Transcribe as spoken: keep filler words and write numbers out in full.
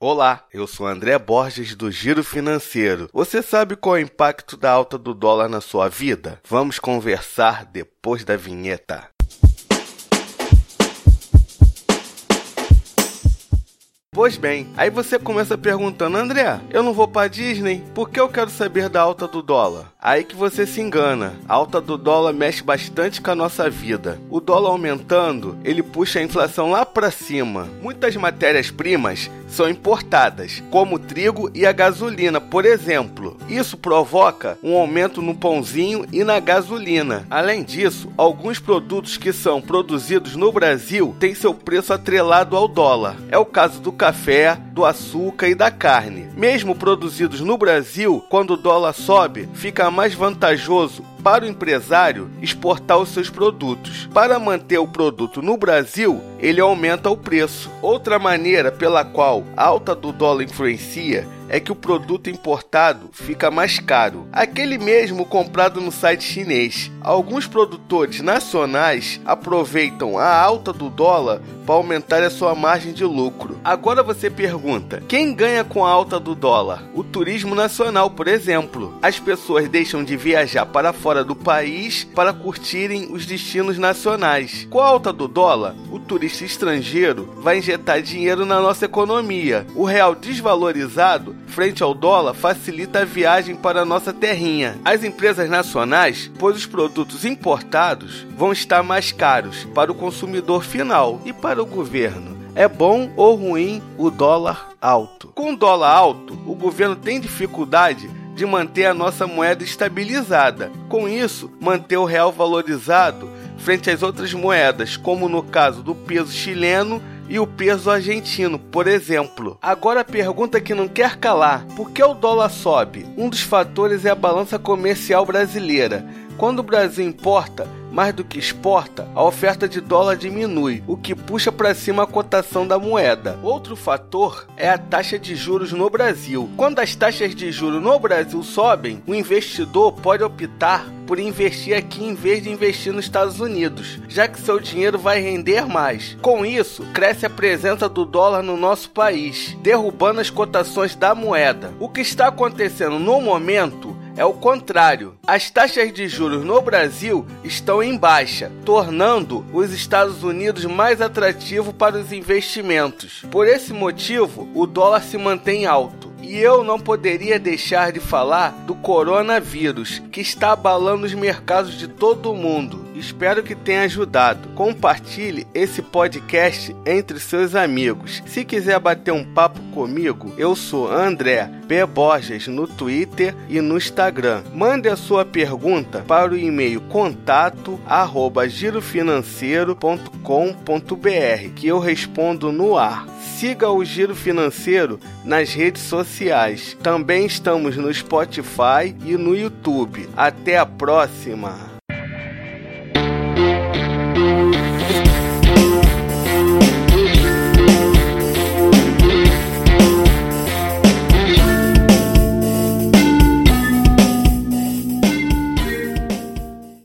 Olá, eu sou André Borges do Giro Financeiro. Você sabe qual é o impacto da alta do dólar na sua vida? Vamos conversar depois da vinheta. Pois bem, aí você começa perguntando, André, eu não vou pra Disney, por que eu quero saber da alta do dólar? Aí que você se engana, a alta do dólar mexe bastante com a nossa vida. O dólar aumentando, ele puxa a inflação lá pra cima. Muitas matérias-primas são importadas, como o trigo e a gasolina, por exemplo. Isso provoca um aumento no pãozinho e na gasolina. Além disso, alguns produtos que são produzidos no Brasil têm seu preço atrelado ao dólar. É o caso do café, do açúcar e da carne. Mesmo produzidos no Brasil, quando o dólar sobe, fica mais vantajoso para o empresário exportar os seus produtos. Para manter o produto no Brasil, ele aumenta o preço. Outra maneira pela qual a alta do dólar influencia é que o produto importado fica mais caro, aquele mesmo comprado no site chinês. Alguns produtores nacionais aproveitam a alta do dólar para aumentar a sua margem de lucro. Agora você pergunta, quem ganha com a alta do dólar? O turismo nacional, por exemplo. As pessoas deixam de viajar para fora do país para curtirem os destinos nacionais. Com a alta do dólar, o turista estrangeiro vai injetar dinheiro na nossa economia. O real desvalorizado frente ao dólar facilita a viagem para a nossa terrinha. As empresas nacionais, pois os produtos importados vão estar mais caros para o consumidor final e para o governo. É bom ou ruim o dólar alto? Com o dólar alto, o governo tem dificuldade de manter a nossa moeda estabilizada. Com isso, manter o real valorizado frente às outras moedas, como no caso do peso chileno e o peso argentino, por exemplo. Agora a pergunta que não quer calar: por que o dólar sobe? Um dos fatores é a balança comercial brasileira. Quando o Brasil importa mais do que exporta, a oferta de dólar diminui, o que puxa para cima a cotação da moeda. Outro fator é a taxa de juros no Brasil. Quando as taxas de juros no Brasil sobem, o investidor pode optar por investir aqui em vez de investir nos Estados Unidos, já que seu dinheiro vai render mais. Com isso, cresce a presença do dólar no nosso país, derrubando as cotações da moeda. O que está acontecendo no momento é o contrário. As taxas de juros no Brasil estão em baixa, tornando os Estados Unidos mais atrativo para os investimentos. Por esse motivo, o dólar se mantém alto. E eu não poderia deixar de falar do coronavírus, que está abalando os mercados de todo o mundo. Espero que tenha ajudado. Compartilhe esse podcast entre seus amigos. Se quiser bater um papo comigo, eu sou André B. Borges no Twitter e no Instagram. Mande a sua pergunta para o e-mail contato arroba girofinanceiro ponto com ponto br, que eu respondo no ar. Siga o Giro Financeiro nas redes sociais. Também estamos no Spotify e no YouTube. Até a próxima!